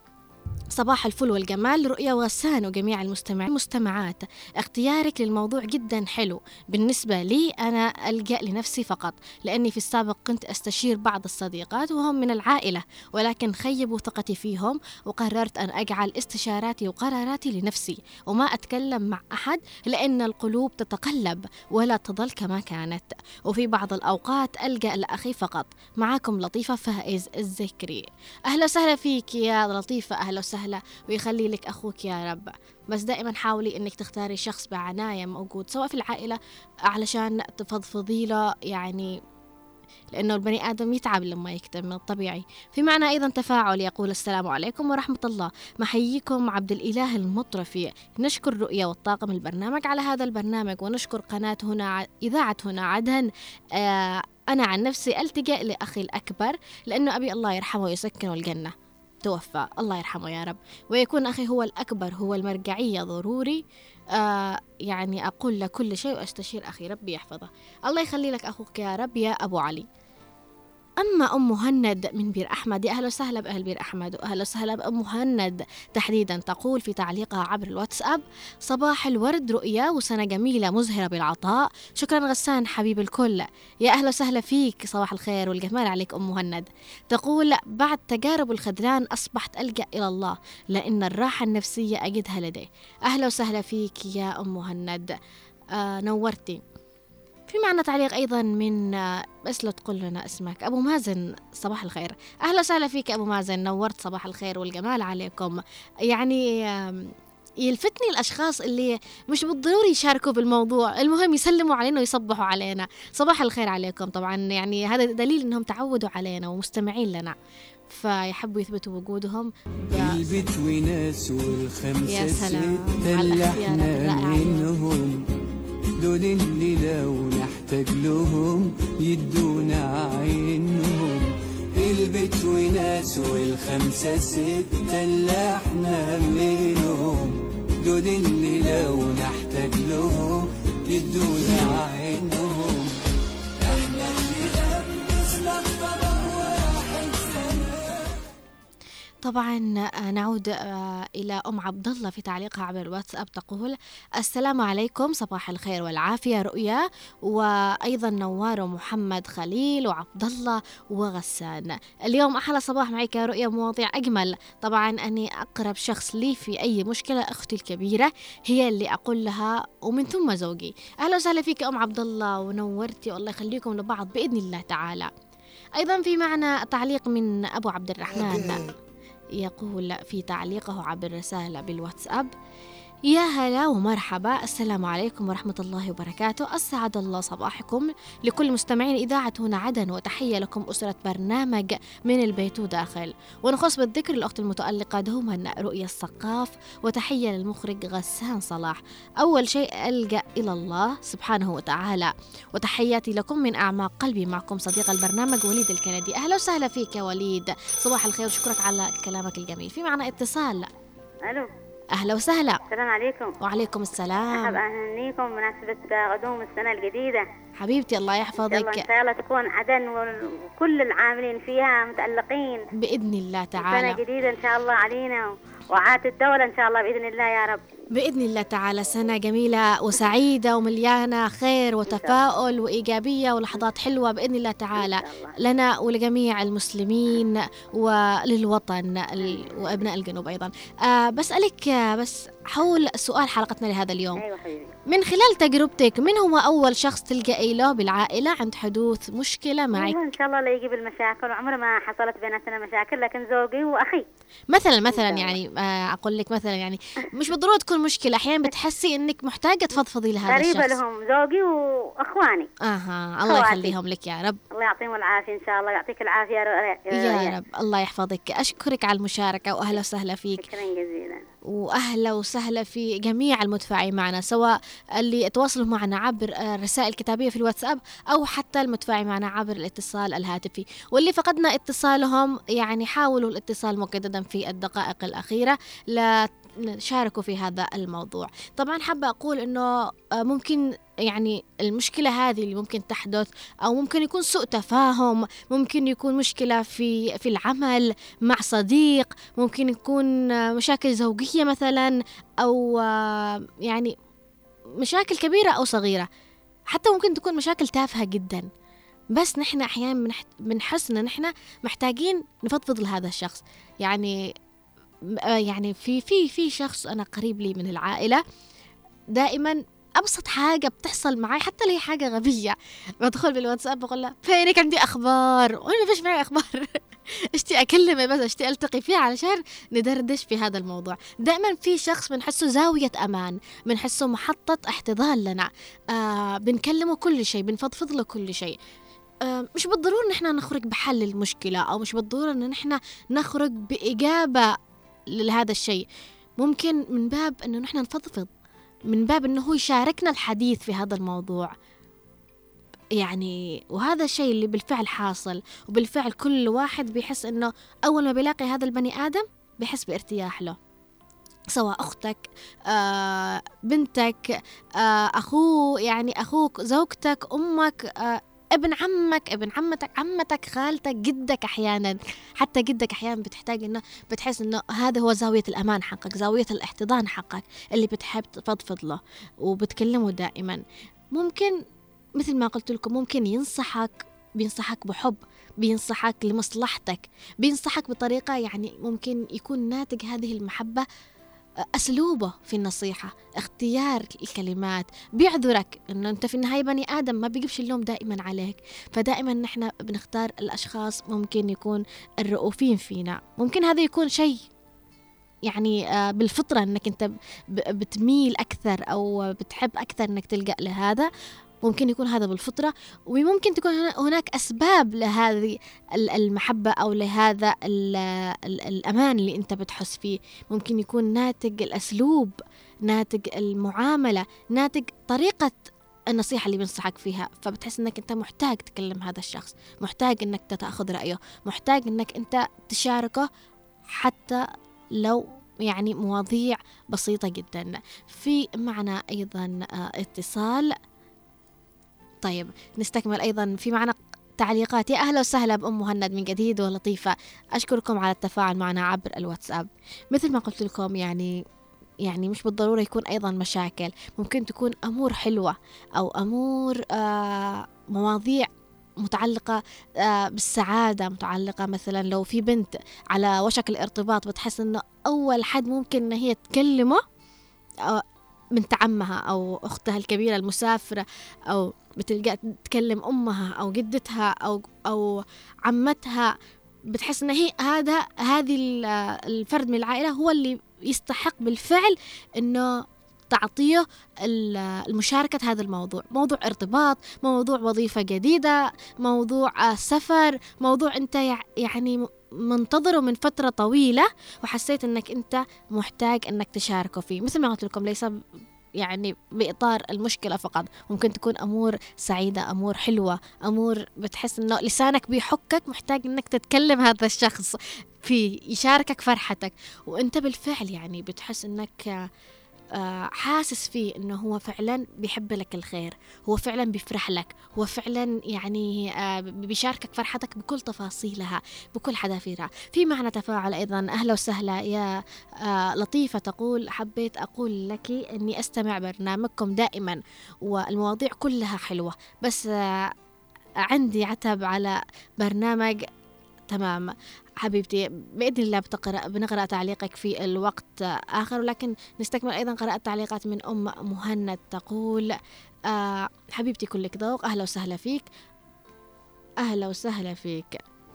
صباح الفل والجمال رؤيا وغسان وجميع المستمعين المستمعات، اختيارك للموضوع جدا حلو. بالنسبة لي أنا ألجأ لنفسي فقط، لأني في السابق كنت أستشير بعض الصديقات وهم من العائلة، ولكن خيبوا ثقتي فيهم وقررت أن أجعل استشاراتي وقراراتي لنفسي وما أتكلم مع أحد، لأن القلوب تتقلب ولا تظل كما كانت، وفي بعض الأوقات ألجأ لأخي فقط. معكم لطيفة فائز الذكري. أهلا وسهلا فيك يا لطيفة، أهلا وسهلا ويخلي لك أخوك يا رب. بس دائما حاولي أنك تختاري شخص بعناية موجود سواء في العائلة علشان تفضفضي له، يعني لأنه البني آدم يتعب لما يكتب من الطبيعي. في معنى أيضا تفاعل يقول: السلام عليكم ورحمة الله، محييكم عبد الإله المطرفي. نشكر رؤيا والطاقم البرنامج على هذا البرنامج، ونشكر قناة هنا إذاعة هنا عدن. آه أنا عن نفسي ألتجأ لأخي الأكبر، لأنه أبي الله يرحمه ويسكنه الجنة، توفى الله يرحمه يا رب، ويكون أخي هو الأكبر، هو المرجعية ضروري. آه يعني أقول لكل شيء وأستشير أخي، ربي يحفظه. الله يخلي لك أخوك يا رب يا أبو علي. أما أم مهند من بير أحمد، يا أهلا وسهلا بأهل بير أحمد وأهلا وسهلا بأم مهند تحديدا، تقول في تعليقها عبر الواتساب: صباح الورد رؤيا وسنة جميلة مزهرة بالعطاء، شكرا غسان حبيب الكل. يا أهلا وسهلا فيك، صباح الخير والجمال عليك أم مهند. تقول: بعد تجارب الخذلان أصبحت ألجأ إلى الله، لأن الراحة النفسية أجدها لديه. أهلا وسهلا فيك يا أم مهند، آه نورتي. في معنا تعليق أيضا من بس لو تقول لنا اسمك أبو مازن، صباح الخير، أهلا وسهلا فيك أبو مازن، نورت، صباح الخير والجمال عليكم. يعني يلفتني الأشخاص اللي مش بالضروري يشاركوا بالموضوع، المهم يسلموا علينا ويصبحوا علينا. صباح الخير عليكم. طبعا يعني هذا دليل أنهم تعودوا علينا ومستمعين لنا، فيحبوا يثبتوا وجودهم. البيت وناس والخمسة يا سلام على الاختيارات منهم، دول اللي لو نحتاج لهم يدونا عينهم. البيت وناس والخمسة ستة اللي احنا منهم، دول اللي لو نحتاج لهم يدونا عينهم. احنا اللي لبسنا الطبق واحد زمان. طبعا نعود إلى أم عبد الله في تعليقها عبر الواتساب، تقول: السلام عليكم، صباح الخير والعافية رؤيا، وأيضا نوار ومحمد خليل وعبد الله وغسان. اليوم أحلى صباح معك يا رؤيا، مواضيع أجمل. طبعا أني أقرب شخص لي في أي مشكلة أختي الكبيرة هي اللي أقول لها، ومن ثم زوجي. أهلا وسهلا فيك أم عبد الله، ونورتي والله يخليكم لبعض بإذن الله تعالى. أيضا في معنا تعليق من أبو عبد الرحمن، يقول في تعليقه عبر الرسالة بالواتساب: يا هلا ومرحبا، السلام عليكم ورحمة الله وبركاته، أسعد الله صباحكم لكل مستمعين إذاعة هنا عدن، وتحية لكم أسرة برنامج من البيت وداخل، ونخص بالذكر الأخت المتألقة دوما رؤية السقاف، وتحية للمخرج غسان صلاح. أول شيء ألجأ إلى الله سبحانه وتعالى، وتحياتي لكم من أعماق قلبي. معكم صديق البرنامج وليد الكندي. أهلا وسهلا فيك يا وليد، صباح الخير وشكرك على كلامك الجميل. في معنا اتصال. ألو، أهلا وسهلا. السلام عليكم. وعليكم السلام. أحب أهنيكم بمناسبة غدوم السنة الجديدة. حبيبتي الله يحفظك. إن شاء الله تكون عدن وكل العاملين فيها متألقين بإذن الله تعالى. سنة جديدة إن شاء الله علينا وعات الدولة إن شاء الله بإذن الله يا رب. بإذن الله تعالى سنة جميلة وسعيدة ومليانة خير وتفاؤل وإيجابية ولحظات حلوة بإذن الله تعالى لنا ولجميع المسلمين وللوطن وأبناء الجنوب أيضا. أه بسألك بس حول سؤال حلقتنا لهذا اليوم. أيوة حبيبي. من خلال تجربتك، من هو أول شخص تلجئي له بالعائلة عند حدوث مشكلة معك؟ إن شاء الله لا يجيب المشاكل، وعمر ما حصلت بيناتنا مشاكل، لكن زوجي وأخي. مثلا مثلا يعني أقول لك مثلا يعني مش بالضرورة تكون مشكلة، أحيانا بتحسي إنك محتاجة تفضفضي لهذا الشخص. قريبة لهم زوجي وأخواني. أها، الله يخليهم لك يا رب. الله يعطيهم العافية إن شاء الله، يعطيك العافية يا, يا رب. الله يحفظك. أشكرك على المشاركة وأهلا وسهلا فيك. شكرا جزيلا. وأهلا وسهلا في جميع المتفاعلين معنا، سواء اللي يتواصلوا معنا عبر الرسائل الكتابية في الواتساب أو حتى المتفاعل معنا عبر الاتصال الهاتفي، واللي فقدنا اتصالهم يعني حاولوا الاتصال مجددا في الدقائق الأخيرة لا شاركوا في هذا الموضوع. طبعا حابة أقول أنه ممكن يعني المشكلة هذه اللي ممكن تحدث، أو ممكن يكون سوء تفاهم، ممكن يكون مشكلة في في العمل مع صديق، ممكن يكون مشاكل زوجية مثلا، أو يعني مشاكل كبيرة أو صغيرة، حتى ممكن تكون مشاكل تافهة جدا، بس نحن أحيانا بنحس إن نحن محتاجين نفضفض لهذا الشخص. يعني يعني في في في شخص أنا قريب لي من العائلة، دائما أبسط حاجة بتحصل معي حتى لي حاجة غبية بدخل بالواتساب بقول له فينك، عندي أخبار، وأنا ما فيش معي أخبار اشتي أكلمه بس اشتي ألتقي فيه علشان ندردش في هذا الموضوع. دائما في شخص بنحسه زاوية أمان، بنحسه محطة احتضان لنا، آه بنكلمه كل شيء، بنفضفض له كل شيء. آه مش بالضرورة إن احنا نخرج بحل المشكلة، أو مش بالضرورة إن احنا نخرج بإجابة لهذا الشيء. ممكن من باب إنه نحن نفضفض، من باب إنه هو يشاركنا الحديث في هذا الموضوع يعني. وهذا الشيء اللي بالفعل حاصل، وبالفعل كل واحد بيحس إنه أول ما بيلاقي هذا البني آدم بيحس بارتياح له، سواء أختك، آه، بنتك، آه، أخوه يعني أخوك، زوجتك، أمك، آه، ابن عمك، ابن عمتك، عمتك، خالتك، جدك. أحيانا حتى جدك أحيانا بتحتاج إنه بتحس إنه هذا هو زاوية الأمان حقك، زاوية الاحتضان حقك اللي بتحب تفضفض له وبتكلمه دائما. ممكن مثل ما قلت لكم ممكن ينصحك، بينصحك بحب، بينصحك لمصلحتك، بينصحك بطريقة يعني ممكن يكون ناتج هذه المحبة أسلوبه في النصيحة، اختيار الكلمات، بيعذرك إنه أنت في النهاية بني آدم، ما بيجيبش اللوم دائما عليك. فدائما نحن بنختار الأشخاص ممكن يكون الرؤوفين فينا. ممكن هذا يكون شيء يعني بالفطرة إنك أنت بتميل أكثر أو بتحب أكثر إنك تلجأ لهذا، ممكن يكون هذا بالفطرة، وممكن تكون هناك أسباب لهذه المحبة أو لهذا الأمان اللي أنت بتحس فيه. ممكن يكون ناتج الأسلوب، ناتج المعاملة، ناتج طريقة النصيحة اللي بنصحك فيها، فبتحس أنك أنت محتاج تكلم هذا الشخص، محتاج أنك تأخذ رأيه، محتاج أنك أنت تشاركه حتى لو يعني مواضيع بسيطة جدا. في معنا أيضا اتصال. طيب نستكمل أيضا. في معنا تعليقات. يا أهلا وسهلا بأم مهند من جديد ولطيفة، أشكركم على التفاعل معنا عبر الواتساب. مثل ما قلت لكم يعني يعني مش بالضرورة يكون أيضا مشاكل، ممكن تكون أمور حلوة أو أمور آه مواضيع متعلقة آه بالسعادة، متعلقة مثلا لو في بنت على وشك الارتباط بتحس أنه أول حد ممكن أن هي تكلمه آه بنت عمها أو أختها الكبيرة المسافرة، أو بتلقى تكلم أمها أو جدتها أو أو عمتها، بتحس إن هي هذا هذه الفرد من العائلة هو اللي يستحق بالفعل إنه تعطيه المشاركة هذا الموضوع. موضوع ارتباط، موضوع وظيفة جديدة، موضوع سفر، موضوع أنت يعني منتظره من فترة طويلة وحسيت أنك أنت محتاج أنك تشاركه فيه. مثل ما قلت لكم ليس يعني بإطار المشكلة فقط، ممكن تكون أمور سعيدة، أمور حلوة، أمور بتحس أنه لسانك بيحكك محتاج أنك تتكلم هذا الشخص في يشاركك فرحتك، وأنت بالفعل يعني بتحس أنك حاسس فيه أنه هو فعلا بيحب لك الخير، هو فعلا بيفرح لك، هو فعلا يعني بيشاركك فرحتك بكل تفاصيلها بكل حذافيرها. في معنى تفاعل أيضا. أهلا وسهلا يا لطيفة، تقول حبيت أقول لك أني أستمع برنامجكم دائما والمواضيع كلها حلوة، بس عندي عتب على برنامج. تمام حبيبتي، بإذن الله بتقرأ بنقرأ تعليقك في الوقت آخر، ولكن نستكمل أيضا قراءة تعليقات من أم مهند. تقول آه حبيبتي كلك ذوق، أهلا وسهلا فيك. أهلا وسهلا فيك.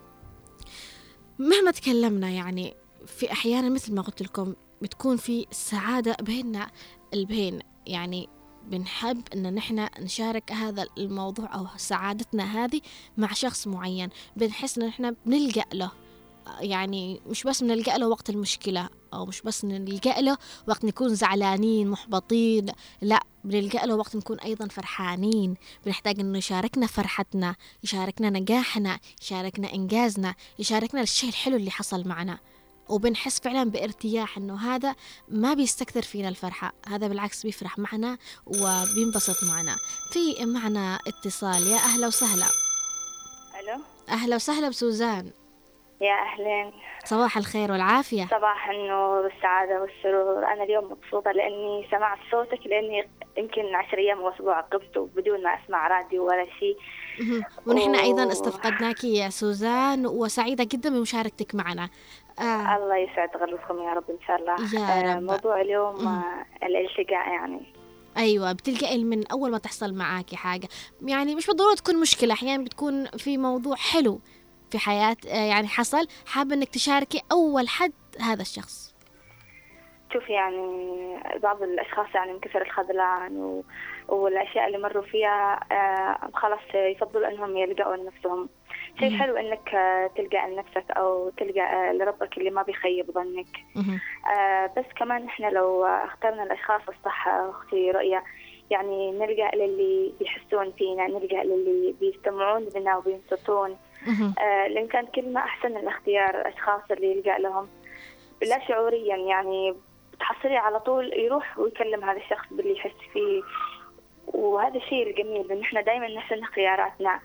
مهما تكلمنا يعني في أحيانا مثل ما قلت لكم بتكون في سعادة بيننا البين، يعني بنحب أن نحن نشارك هذا الموضوع أو سعادتنا هذه مع شخص معين، بنحس أن نحن بنلجأ له، يعني مش بس بنلجأ له وقت المشكلة أو مش بس نلجأ له وقت نكون زعلانين محبطين، لا بنلجأ له وقت نكون أيضا فرحانين، بنحتاج أنه يشاركنا فرحتنا، يشاركنا نجاحنا، يشاركنا إنجازنا، يشاركنا الشيء الحلو اللي حصل معنا، وبنحس فعلا بارتياح أنه هذا ما بيستكثر فينا الفرحة، هذا بالعكس بيفرح معنا وبينبسط معنا. في معنا اتصال. يا أهلا وسهلا. ألو. أهلا وسهلا بسوزان. يا أهلين. صباح الخير والعافية. صباح النور والسعادة والسرور. أنا اليوم مبسوطة لأني سمعت صوتك، لأني يمكن عشر أيام وأسبوع عقبته بدون ما أسمع راديو ولا شيء، ونحن و... أيضا استفقدناك يا سوزان، وسعيدة جدا بمشاركتك معنا. آه. الله يسعد غلبكم يا رب إن شاء الله. يا آه رب. موضوع اليوم آه الالتقاء، يعني أيوة بتلقائي من أول ما تحصل معاكي حاجة، يعني مش بالضرورة تكون مشكلة، أحيانا بتكون في موضوع حلو في حياة يعني حصل، حابة إنك تشاركي أول حد هذا الشخص. شوف يعني بعض الأشخاص يعني من كثر الخذلان و... والأشياء اللي مروا فيها آه خلاص يفضلوا أنهم يلجأوا لنفسهم. شيء حلو إنك تلجأ لنفسك أو تلجأ لربك اللي ما بيخيب ظنك. آه بس كمان إحنا لو اخترنا الأشخاص الصح أختي رؤية، يعني نلجأ للي بيحسون فينا، نلجأ للي بيستمعون لنا وبينصتون. آه لأن كان كلمة أحسن الاختيار الأشخاص اللي يلجأ لهم لا شعوريا، يعني بتحصلي على طول يروح ويكلم هذا الشخص باللي يحس فيه، وهذا الشيء الجميل إن إحنا دائما نحسن اختياراتنا.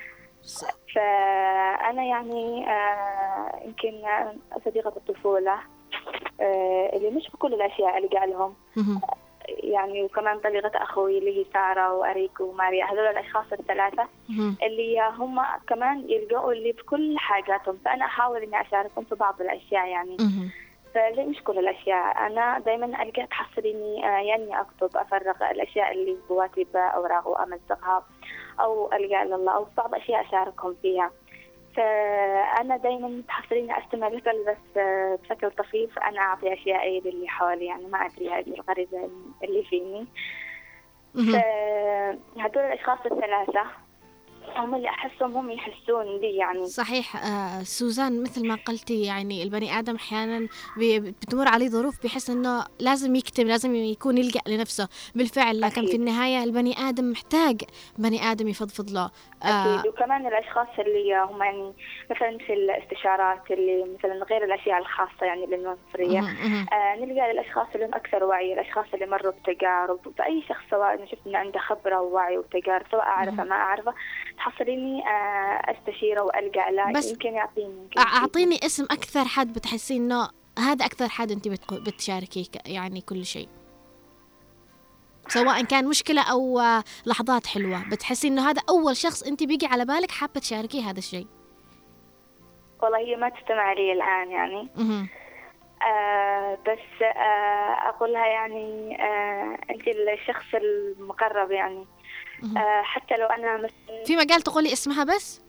فأنا يعني آه يمكن صديقة الطفولة آه اللي مش بكل الأشياء اللي قال لهم، يعني وكمان طليقة أخوي اللي هي سارة وأريك وماريا، هذول الأشخاص الثلاثة اللي هم كمان يلقوا اللي بكل حاجاتهم، فأنا أحاول إني أشاركهم في بعض الأشياء يعني. فليه مش كل الأشياء، أنا دايما ألقى تحصليني يعني أكتب أفرغ الأشياء اللي جواتي بأوراق وأمزقها، أو ألقى لله أو بعض أشياء أشاركهم فيها. فأنا دايما تحصليني أستمع لكل بس بشكل طفيف، أنا أعطي أشياء للي حولي، يعني ما أدري هذه الغريزة اللي فيني. فهدول الأشخاص الثلاثة هم اللي أحسهم هم يحسون لي يعني. صحيح. آه سوزان، مثل ما قلتي يعني البني آدم أحيانا بي- بتمر عليه ظروف بيحس إنه لازم يكتم، لازم يكون يلجأ لنفسه بالفعل، لكن في النهاية البني آدم محتاج بني آدم يفضفض له. أكيد. وكمان الأشخاص اللي هم يعني مثلا مثل الاستشارات اللي مثلا غير الأشياء الخاصة يعني للعنصرية، آه نلقى الأشخاص اللي هم أكثر وعي، الأشخاص اللي مروا بتجارب، فأي شخص سواء أنا شفت إنه عنده خبرة ووعي وتجارب سواء أعرفه ما أعرفه تحصليني آه استشيره وألجأ له، بس يمكن يعطيني يمكن أعطيني اسم أكثر حد بتحسين إنه هذا أكثر حد أنت بتقو- بتشاركيه ك- يعني كل شيء، سواء كان مشكلة أو آه، لحظات حلوة، بتحسي إنه هذا أول شخص أنت بيجي على بالك حابة تشاركيه هذا الشيء. والله هي ما تستمع لي الآن يعني. مهم. آه بس آه أقولها يعني آه أنت الشخص المقرب يعني. آه حتى لو أنا مثلا في مجال تقولي اسمها بس؟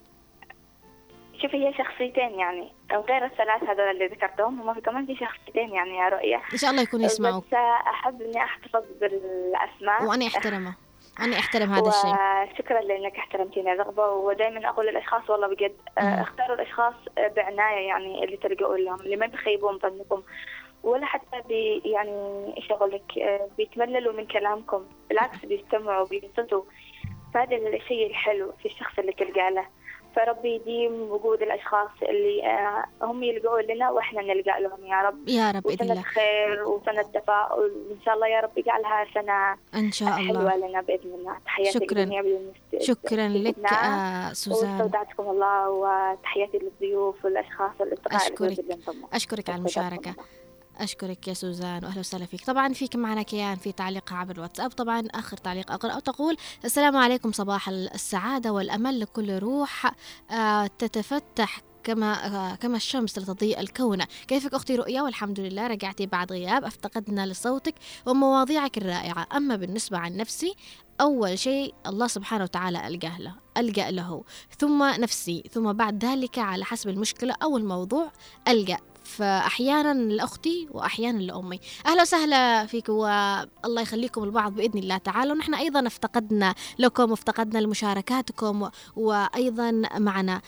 شوفي هي شخصيتين يعني غير الثلاث هذول اللي ذكرتهم، هم في كمان في شخصيتين يعني يا رؤية إن شاء الله يكونوا يسمعوك. بس أحب إني أحتفظ بالأسماء وأنا أحترمه، أنا أحترم هذا الشيء. وشكرا لأنك احترمتيني الرغبة. ودائما أقول للأشخاص والله بجد آه، اختاروا الأشخاص بعناية يعني اللي تلجؤوا لهم، اللي ما بيخيبون ظنكم ولا حتى بي يعني إيش أقول لك آه، بيتمللوا من كلامكم، بالعكس بيستمعوا بينصتوا. فهذا الشيء الحلو في الشخص اللي تلقى له. فربي يديم وجود الأشخاص اللي آه، هم يلقوا لنا وإحنا نلقى لهم يا رب. يا رب بإذن وسنة الله. خير وسنة تفاؤل إن شاء الله يا رب يجعلها سنة إن شاء حلوة الله. لنا بإذن الله. تحياتي شكراً. للجميع بالمست- شكرا لك بالاستثناء. آه سوزان. واستودعتكم الله وتحياتي للضيوف والأشخاص والأصدقاء أشكرك اللي انضموا. أشكرك على المشاركة. أشكرك يا سوزان وأهلا وسهلا فيك. طبعا فيك معنا كيان في تعليق عبر الواتساب، طبعا آخر تعليق أقرأ أو تقول: السلام عليكم، صباح السعادة والأمل لكل روح آه تتفتح كما آه كما الشمس لتضيء الكون. كيفك أختي رؤيا؟ والحمد لله رجعتي بعد غياب، افتقدنا لصوتك ومواضيعك الرائعة. أما بالنسبة عن نفسي، أول شيء الله سبحانه وتعالى ألجأ له ألجأ له ثم نفسي، ثم بعد ذلك على حسب المشكلة أو الموضوع ألجأ، فأحيانا لأختي وأحيانا لأمي. أهلا وسهلا فيك والله يخليكم البعض بإذن الله تعالى. ونحن أيضا افتقدنا لكم وافتقدنا لمشاركاتكم وأيضا معنا.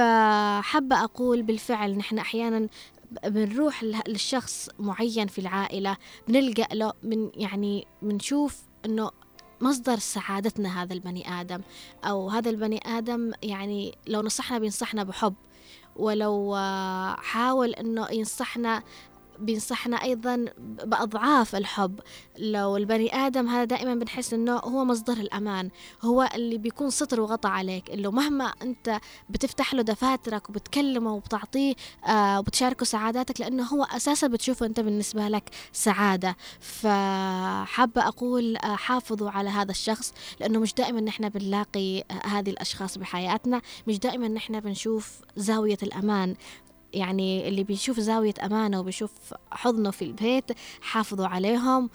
فحابة أقول بالفعل نحن أحيانا بنروح للشخص معين في العائلة، بنلجأ له، من يعني بنشوف أنه مصدر سعادتنا هذا البني آدم، أو هذا البني آدم يعني لو نصحنا بينصحنا بحب، ولو حاول أنه ينصحنا بينصحنا أيضا بأضعاف الحب. لو البني آدم هذا دائما بنحس أنه هو مصدر الأمان، هو اللي بيكون ستر وغطى عليك، اللي مهما أنت بتفتح له دفاترك وبتكلمه وبتعطيه آه وبتشاركه سعاداتك، لأنه هو أساسا بتشوفه أنت بالنسبة لك سعادة. فحابة أقول آه حافظوا على هذا الشخص، لأنه مش دائما نحن بنلاقي آه هذه الأشخاص بحياتنا، مش دائما نحن بنشوف زاوية الأمان. يعني اللي بيشوف زاوية أمانة وبيشوف حضنه في البيت، حافظوا عليهم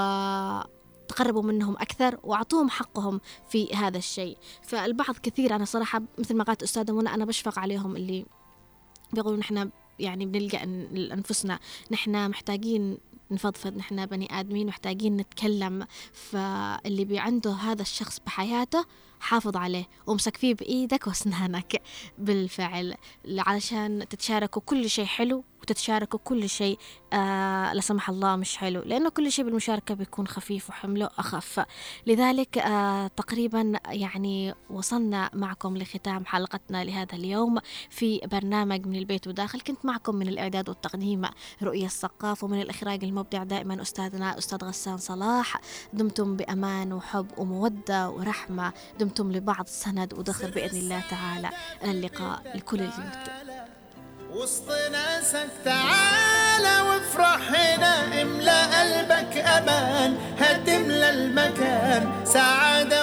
وتقربوا منهم أكثر وأعطوهم حقهم في هذا الشيء. فالبعض كثير أنا صراحة مثل ما قالت أستاذة منى أنا بشفق عليهم، اللي بيقولوا نحن يعني بنلجأ لأنفسنا، نحن محتاجين نفضفض، نحن بني آدمين محتاجين نتكلم. فاللي بي عنده هذا الشخص بحياته حافظ عليه ومسك فيه بإيدك واسنانك بالفعل، علشان تتشاركوا كل شيء حلو وتتشاركوا كل شيء آه لا سمح الله مش حلو، لأنه كل شيء بالمشاركة بيكون خفيف وحمله أخف. لذلك آه تقريبا يعني وصلنا معكم لختام حلقتنا لهذا اليوم في برنامج من البيت وداخل. كنت معكم من الإعداد والتقديم رؤية السقاف، ومن الإخراج المبدع دائما أستاذنا أستاذ غسان صلاح. دمتم بأمان وحب ومودة ورحمة، دمتم لبعض سند ودخل بإذن الله تعالى. إلى اللقاء لكل الجند. وسط ناسك تعالى وافرح هنا، املأ قلبك أمان، هتملى المكان سعادة